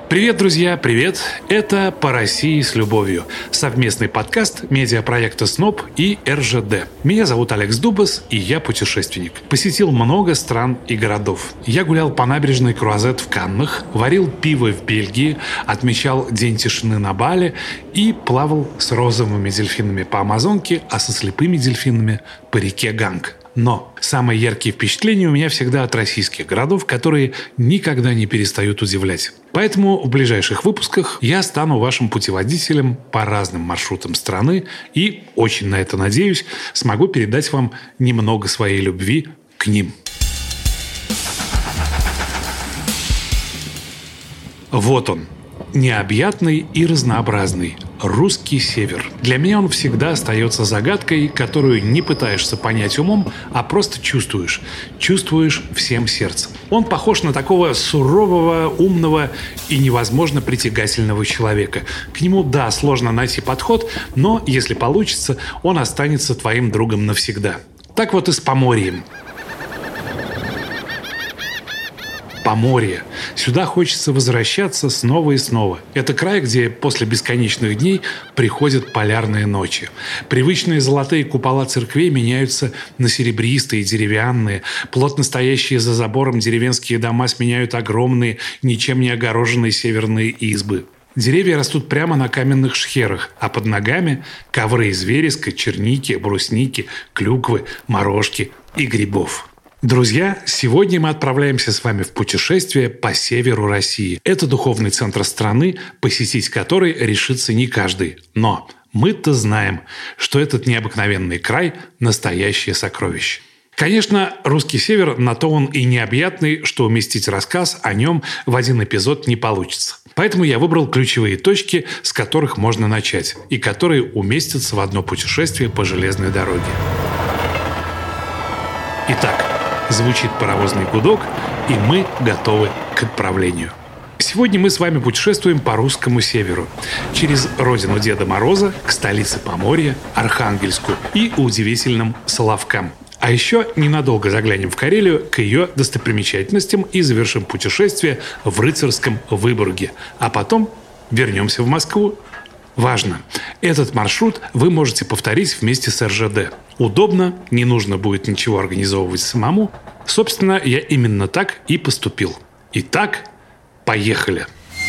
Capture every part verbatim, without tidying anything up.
Привет, друзья, привет! Это «По России с любовью» — совместный подкаст медиапроекта СНОП и эр жэ дэ. Меня зовут Алекс Дубас, и я путешественник. Посетил много стран и городов. Я гулял по набережной Круазет в Каннах, варил пиво в Бельгии, отмечал День тишины на Бали и плавал с розовыми дельфинами по Амазонке, а со слепыми дельфинами по реке Ганг. Но самые яркие впечатления у меня всегда от российских городов, которые никогда не перестают удивлять. Поэтому в ближайших выпусках я стану вашим путеводителем по разным маршрутам страны и, очень на это надеюсь, смогу передать вам немного своей любви к ним. Вот он. Необъятный и разнообразный русский север. Для меня он всегда остается загадкой, которую не пытаешься понять умом, а просто чувствуешь. Чувствуешь всем сердцем. Он похож на такого сурового, умного и невозможно притягательного человека. К нему, да, сложно найти подход, но, если получится, он останется твоим другом навсегда. Так вот и с Поморьем. Поморье. Сюда хочется возвращаться снова и снова. Это край, где после бесконечных дней приходят полярные ночи. Привычные золотые купола церквей меняются на серебристые, деревянные. Плотно стоящие за забором деревенские дома сменяют огромные, ничем не огороженные северные избы. Деревья растут прямо на каменных шхерах, а под ногами ковры из вереска, черники, брусники, клюквы, морожки и грибов. Друзья, сегодня мы отправляемся с вами в путешествие по северу России. Это духовный центр страны, посетить который решится не каждый. Но мы-то знаем, что этот необыкновенный край – настоящее сокровище. Конечно, русский север на то он и необъятный, что уместить рассказ о нем в один эпизод не получится. Поэтому я выбрал ключевые точки, с которых можно начать, и которые уместятся в одно путешествие по железной дороге. Итак, звучит паровозный гудок, и мы готовы к отправлению. Сегодня мы с вами путешествуем по русскому северу, через родину Деда Мороза, к столице Поморья, Архангельску и удивительным Соловкам. А еще ненадолго заглянем в Карелию к ее достопримечательностям и завершим путешествие в рыцарском Выборге. А потом вернемся в Москву. Важно! Этот маршрут вы можете повторить вместе с эр жэ дэ. Удобно, не нужно будет ничего организовывать самому. Собственно, я именно так и поступил. Итак, поехали!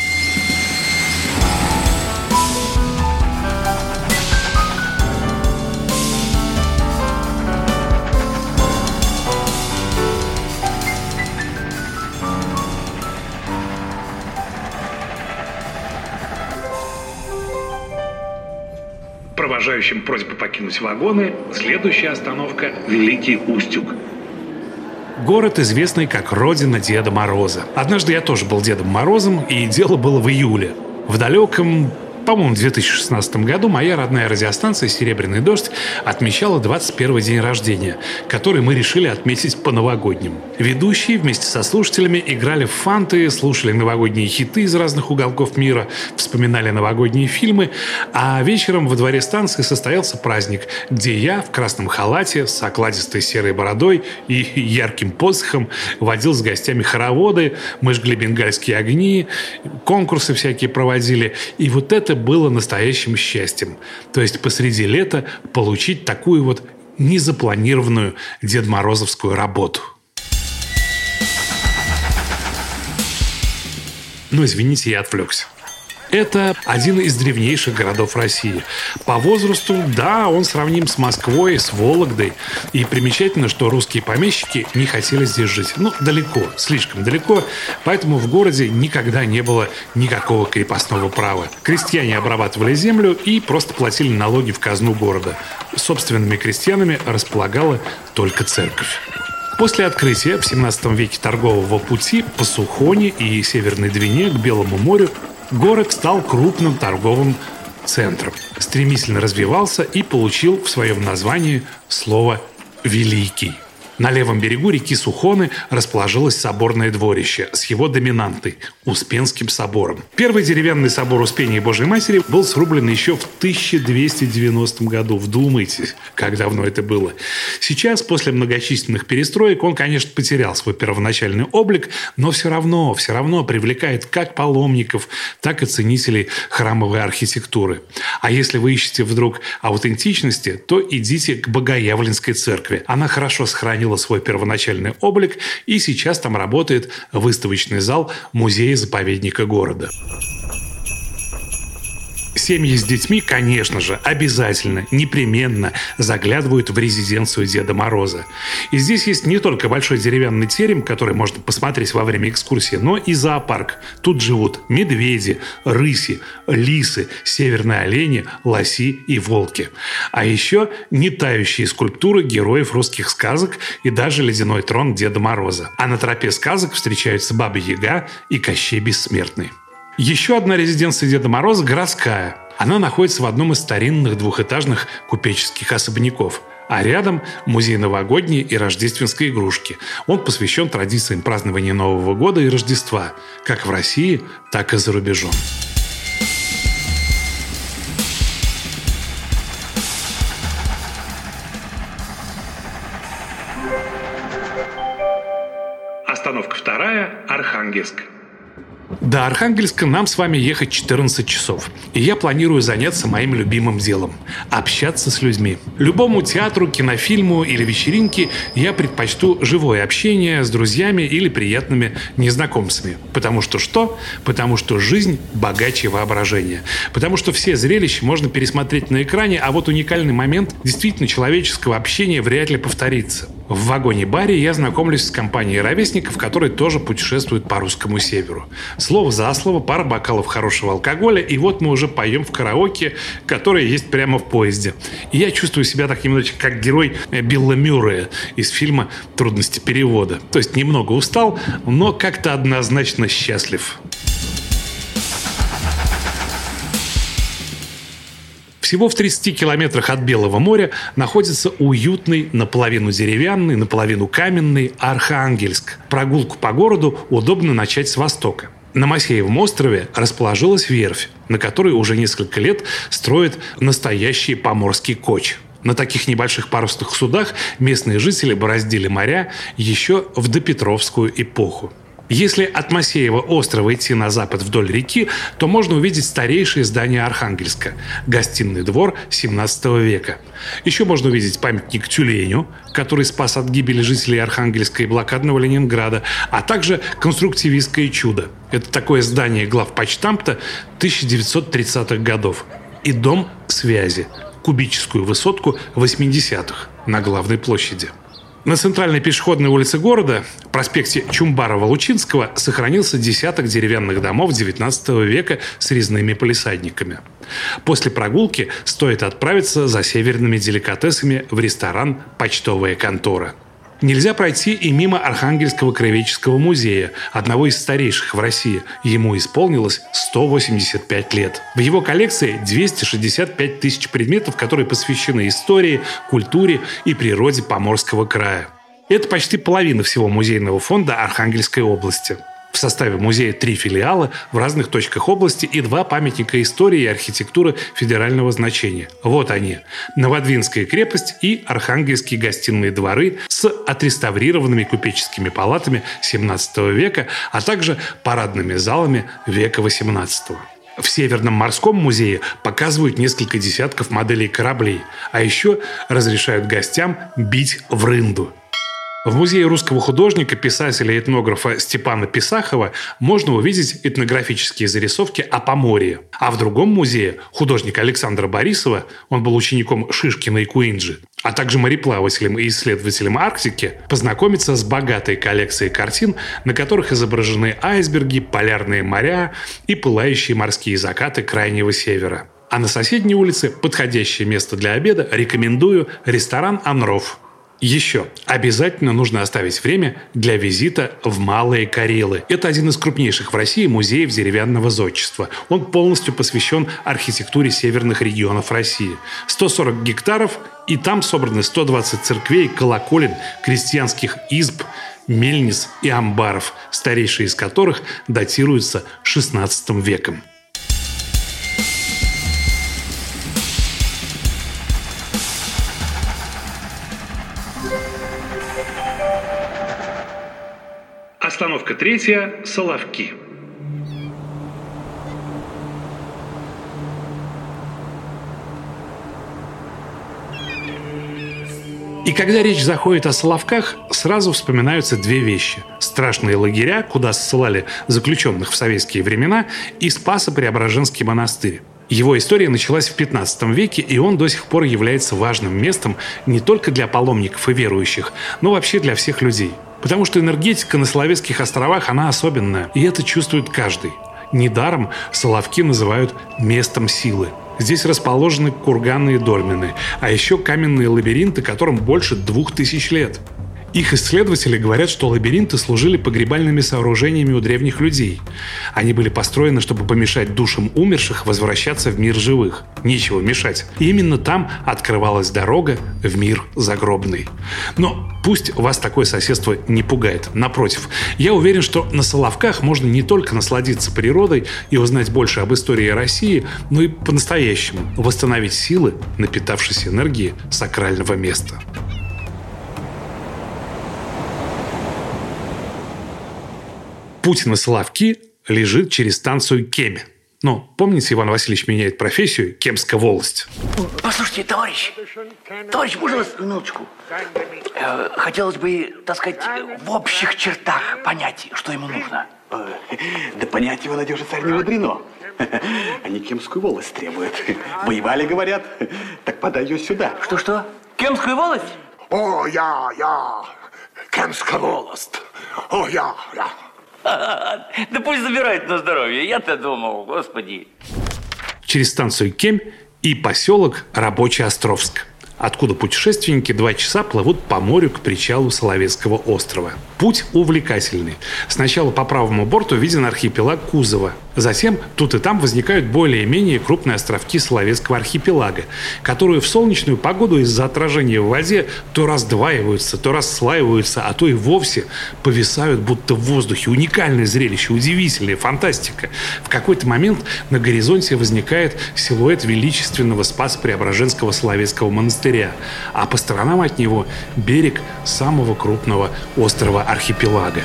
Провожающим просьба покинуть вагоны. Следующая остановка – Великий Устюг. Город, известный как родина Деда Мороза. Однажды я тоже был Дедом Морозом, и дело было в июле. В далеком, по-моему, в две тысячи шестнадцатом году моя родная радиостанция «Серебряный дождь» отмечала двадцать первый день рождения, который мы решили отметить по-новогоднему. Ведущие вместе со слушателями играли в фанты, слушали новогодние хиты из разных уголков мира, вспоминали новогодние фильмы, а вечером во дворе станции состоялся праздник, где я в красном халате с окладистой серой бородой и ярким посохом водил с гостями хороводы, мы жгли бенгальские огни, конкурсы всякие проводили, и вот это было настоящим счастьем. То есть посреди лета получить такую вот незапланированную дедморозовскую работу. Ну, извините, я отвлекся. Это один из древнейших городов России. По возрасту, да, он сравним с Москвой, с Вологдой. И примечательно, что русские помещики не хотели здесь жить. Ну, далеко, слишком далеко. Поэтому в городе никогда не было никакого крепостного права. Крестьяне обрабатывали землю и просто платили налоги в казну города. Собственными крестьянами располагала только церковь. После открытия в семнадцатом веке торгового пути по Сухони и Северной Двине к Белому морю город стал крупным торговым центром, стремительно развивался и получил в своем названии слово «великий». На левом берегу реки Сухоны расположилось соборное дворище с его доминантой – Успенским собором. Первый деревянный собор Успения Божией Матери был срублен еще в тысяча двести девяностом году. Вдумайтесь, как давно это было. Сейчас, после многочисленных перестроек, он, конечно, потерял свой первоначальный облик, но все равно, все равно привлекает как паломников, так и ценителей храмовой архитектуры. А если вы ищете вдруг аутентичности, то идите к Богоявленской церкви. Она хорошо сохранила свой первоначальный облик, и сейчас там работает выставочный зал музея-заповедника города. Семьи с детьми, конечно же, обязательно, непременно заглядывают в резиденцию Деда Мороза. И здесь есть не только большой деревянный терем, который можно посмотреть во время экскурсии, но и зоопарк. Тут живут медведи, рыси, лисы, северные олени, лоси и волки. А еще нетающие скульптуры героев русских сказок и даже ледяной трон Деда Мороза. А на тропе сказок встречаются Баба Яга и Кощей Бессмертный. Еще одна резиденция Деда Мороза – городская. Она находится в одном из старинных двухэтажных купеческих особняков. А рядом музей новогодней и рождественской игрушки. Он посвящен традициям празднования Нового года и Рождества, как в России, так и за рубежом. Остановка вторая – Архангельск. До Архангельска нам с вами ехать четырнадцать часов. И я планирую заняться моим любимым делом – общаться с людьми. Любому театру, кинофильму или вечеринке я предпочту живое общение с друзьями или приятными незнакомцами. Потому что что? Потому что жизнь богаче воображения. Потому что все зрелища можно пересмотреть на экране, а вот уникальный момент действительно человеческого общения вряд ли повторится. В вагоне-баре я знакомлюсь с компанией ровесников, которые тоже путешествуют по русскому северу. Слово за слово, пара бокалов хорошего алкоголя, и вот мы уже поем в караоке, которое есть прямо в поезде. И я чувствую себя так немножечко как герой Билла Мюррея из фильма «Трудности перевода». То есть немного устал, но как-то однозначно счастлив. Всего в тридцати километрах от Белого моря находится уютный, наполовину деревянный, наполовину каменный Архангельск. Прогулку по городу удобно начать с востока. На Масеевом острове расположилась верфь, на которой уже несколько лет строят настоящий поморский коч. На таких небольших парусных судах местные жители бороздили моря еще в допетровскую эпоху. Если от Масеева острова идти на запад вдоль реки, то можно увидеть старейшее здание Архангельска – гостиный двор семнадцатого века. Еще можно увидеть памятник тюленю, который спас от гибели жителей Архангельска и блокадного Ленинграда, а также конструктивистское чудо. Это такое здание главпочтамта тысяча девятьсот тридцатых годов. И дом связи – кубическую высотку восьмидесятых на главной площади. На центральной пешеходной улице города, проспекте Чумбарова-Лучинского, сохранился десяток деревянных домов девятнадцатого века с резными палисадниками. После прогулки стоит отправиться за северными деликатесами в ресторан «Почтовая контора». Нельзя пройти и мимо Архангельского краеведческого музея, одного из старейших в России. Ему исполнилось сто восемьдесят пять лет. В его коллекции двести шестьдесят пять тысяч предметов, которые посвящены истории, культуре и природе Поморского края. Это почти половина всего музейного фонда Архангельской области. В составе музея три филиала в разных точках области и два памятника истории и архитектуры федерального значения. Вот они – Новодвинская крепость и Архангельские гостиные дворы с отреставрированными купеческими палатами семнадцатого века, а также парадными залами века восемнадцатого. В Северном морском музее показывают несколько десятков моделей кораблей, а еще разрешают гостям бить в рынду. В музее русского художника, писателя и этнографа Степана Писахова можно увидеть этнографические зарисовки о Поморье. А в другом музее художника Александра Борисова, он был учеником Шишкина и Куинджи, а также мореплавателем и исследователем Арктики, познакомиться с богатой коллекцией картин, на которых изображены айсберги, полярные моря и пылающие морские закаты Крайнего Севера. А на соседней улице, подходящее место для обеда, рекомендую ресторан «Анров». Еще обязательно нужно оставить время для визита в Малые Карелы. Это один из крупнейших в России музеев деревянного зодчества. Он полностью посвящен архитектуре северных регионов России. сто сорок гектаров, и там собраны сто двадцать церквей, колоколен, крестьянских изб, мельниц и амбаров, старейшие из которых датируются шестнадцатым веком. Остановка третья. Соловки. И когда речь заходит о Соловках, сразу вспоминаются две вещи. Страшные лагеря, куда ссылали заключенных в советские времена, и Спасо-Преображенский монастырь. Его история началась в пятнадцатом веке, и он до сих пор является важным местом не только для паломников и верующих, но вообще для всех людей. Потому что энергетика на Соловецких островах, она особенная, и это чувствует каждый. Недаром Соловки называют местом силы. Здесь расположены курганные дольмены, а еще каменные лабиринты, которым больше двух тысяч лет. Их исследователи говорят, что лабиринты служили погребальными сооружениями у древних людей. Они были построены, чтобы помешать душам умерших возвращаться в мир живых. Нечего мешать. И именно там открывалась дорога в мир загробный. Но пусть вас такое соседство не пугает. Напротив, я уверен, что на Соловках можно не только насладиться природой и узнать больше об истории России, но и по-настоящему восстановить силы, напитавшись энергией сакрального места. Путь на Соловки лежит через станцию Кемь. Ну, помните, Иван Васильевич меняет профессию, Кемская волость. Послушайте, товарищ, товарищ, можно вас минуточку? Э, хотелось бы, так сказать, в общих чертах понять, что ему нужно. Да понять его, надежный царь, не мудрено. Они Кемскую волость требуют. Воевали, говорят, так подай ее сюда. Что-что? Кемскую волость? О, я, я, Кемская волость. О, я, я. Да пусть забирает на здоровье. Я-то думал, господи. Через станцию Кемь и поселок Рабочий-Островск, откуда путешественники два часа плывут по морю к причалу Соловецкого острова. Путь увлекательный. Сначала по правому борту виден архипелаг Кузова. Затем тут и там возникают более-менее крупные островки Соловецкого архипелага, которые в солнечную погоду из-за отражения в воде то раздваиваются, то расслаиваются, а то и вовсе повисают будто в воздухе. Уникальное зрелище, удивительная фантастика. В какой-то момент на горизонте возникает силуэт величественного Спасо-Преображенского Соловецкого монастыря, а по сторонам от него берег самого крупного острова архипелага.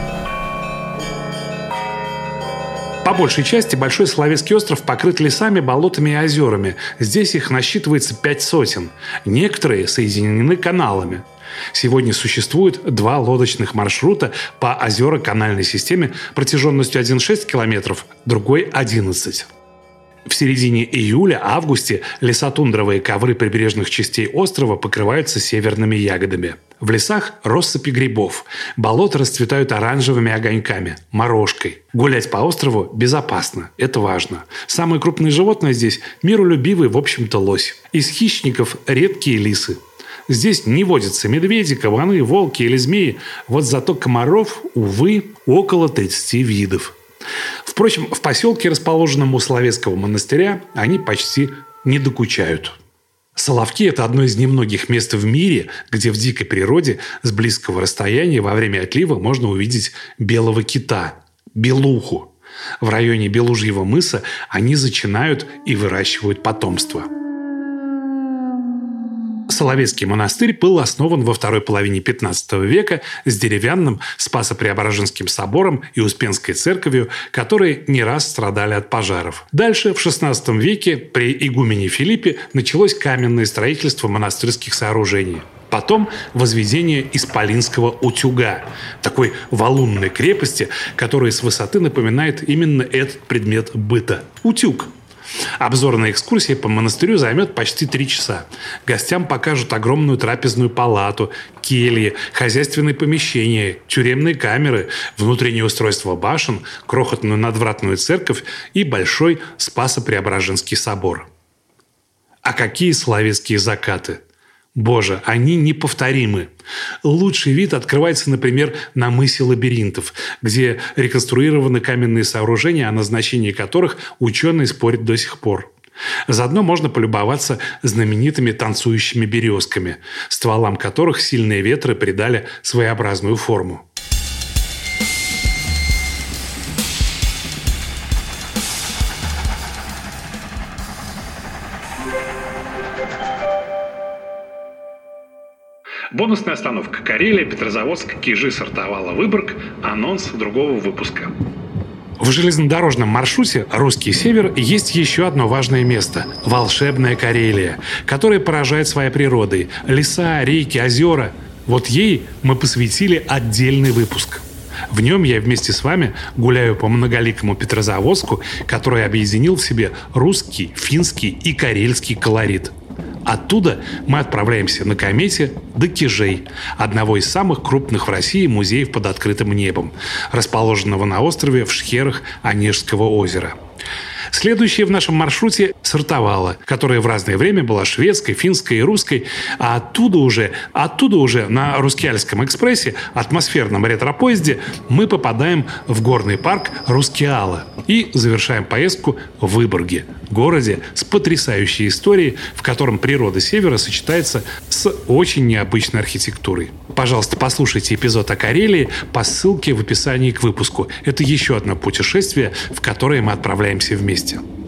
По большей части Большой Соловецкий остров покрыт лесами, болотами и озерами. Здесь их насчитывается пять сотен. Некоторые соединены каналами. Сегодня существует два лодочных маршрута по озеро-канальной системе протяженностью один целых шесть десятых километров, другой – одиннадцать. В середине июля-августе лесотундровые ковры прибрежных частей острова покрываются северными ягодами. В лесах россыпи грибов. Болота расцветают оранжевыми огоньками, морожкой. Гулять по острову безопасно. Это важно. Самое крупное животное здесь – миролюбивый, в общем-то, лось. Из хищников – редкие лисы. Здесь не водятся медведи, кабаны, волки или змеи. Вот зато комаров, увы, около тридцати видов. Впрочем, в поселке, расположенном у Соловецкого монастыря, они почти не докучают. Соловки – это одно из немногих мест в мире, где в дикой природе с близкого расстояния во время отлива можно увидеть белого кита – белуху. В районе Белужьего мыса они зачинают и выращивают потомство. Соловецкий монастырь был основан во второй половине пятнадцатого века с деревянным Спасо-Преображенским собором и Успенской церковью, которые не раз страдали от пожаров. Дальше, в шестнадцатом веке, при игумене Филиппе началось каменное строительство монастырских сооружений. Потом возведение Исполинского утюга, такой валунной крепости, которая с высоты напоминает именно этот предмет быта – утюг. Обзорная экскурсия по монастырю займет почти три часа. Гостям покажут огромную трапезную палату, кельи, хозяйственные помещения, тюремные камеры, внутреннее устройство башен, крохотную надвратную церковь и большой Спасо-Преображенский собор. А какие соловецкие закаты! Боже, они неповторимы. Лучший вид открывается, например, на мысе Лабиринтов, где реконструированы каменные сооружения, о назначении которых ученые спорят до сих пор. Заодно можно полюбоваться знаменитыми танцующими березками, стволам которых сильные ветры придали своеобразную форму. Бонусная остановка. Карелия, Петрозаводск, Кижи, Сартовала, Выборг. Анонс другого выпуска. В железнодорожном маршруте «Русский север» есть еще одно важное место – волшебная Карелия, которая поражает своей природой. Леса, реки, озера. Вот ей мы посвятили отдельный выпуск. В нем я вместе с вами гуляю по многоликому Петрозаводску, который объединил в себе русский, финский и карельский колорит. Оттуда мы отправляемся на комете до Кижей, одного из самых крупных в России музеев под открытым небом, расположенного на острове в шхерах Онежского озера. Следующая в нашем маршруте – Сартовала, которая в разное время была шведской, финской и русской, а оттуда уже, оттуда уже на Рускеальском экспрессе, атмосферном ретро-поезде, мы попадаем в горный парк Рускеала и завершаем поездку в Выборге, городе с потрясающей историей, в котором природа севера сочетается с очень необычной архитектурой. Пожалуйста, послушайте эпизод о Карелии по ссылке в описании к выпуску. Это еще одно путешествие, в которое мы отправляемся вместе.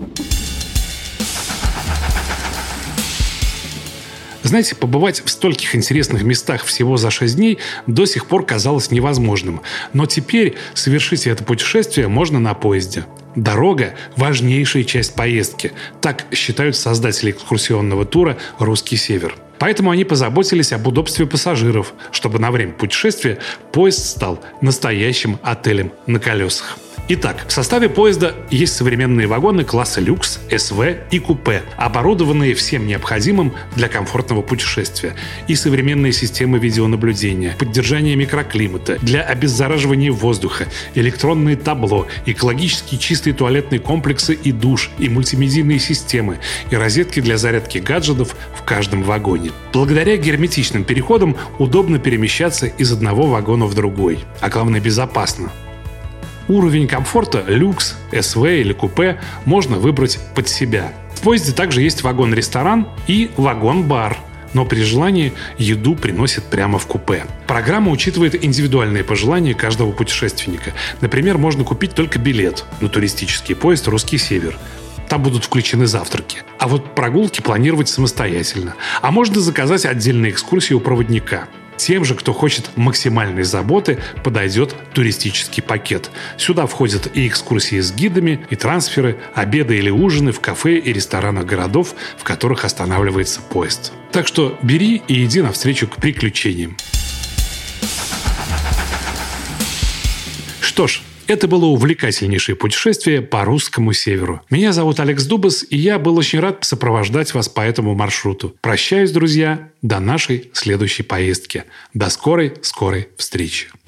Знаете, побывать в стольких интересных местах всего за шесть дней до сих пор казалось невозможным. Но теперь совершить это путешествие можно на поезде. Дорога – важнейшая часть поездки. Так считают создатели экскурсионного тура «Русский север». Поэтому они позаботились об удобстве пассажиров, чтобы на время путешествия поезд стал настоящим отелем на колесах. Итак, в составе поезда есть современные вагоны класса люкс, СВ и купе, оборудованные всем необходимым для комфортного путешествия, и современные системы видеонаблюдения, поддержания микроклимата, для обеззараживания воздуха, электронные табло, экологически чистые туалетные комплексы и душ, и мультимедийные системы, и розетки для зарядки гаджетов в каждом вагоне. Благодаря герметичным переходам удобно перемещаться из одного вагона в другой, а главное безопасно. Уровень комфорта люкс, СВ или купе можно выбрать под себя. В поезде также есть вагон-ресторан и вагон-бар, но при желании еду приносят прямо в купе. Программа учитывает индивидуальные пожелания каждого путешественника. Например, можно купить только билет на туристический поезд «Русский север». Там будут включены завтраки. А вот прогулки планировать самостоятельно. А можно заказать отдельные экскурсии у проводника. Тем же, кто хочет максимальной заботы, подойдет туристический пакет. Сюда входят и экскурсии с гидами, и трансферы, обеды или ужины в кафе и ресторанах городов, в которых останавливается поезд. Так что бери и иди навстречу к приключениям. Что ж, это было увлекательнейшее путешествие по русскому северу. Меня зовут Алекс Дубас, и я был очень рад сопровождать вас по этому маршруту. Прощаюсь, друзья, до нашей следующей поездки. До скорой-скорой встречи.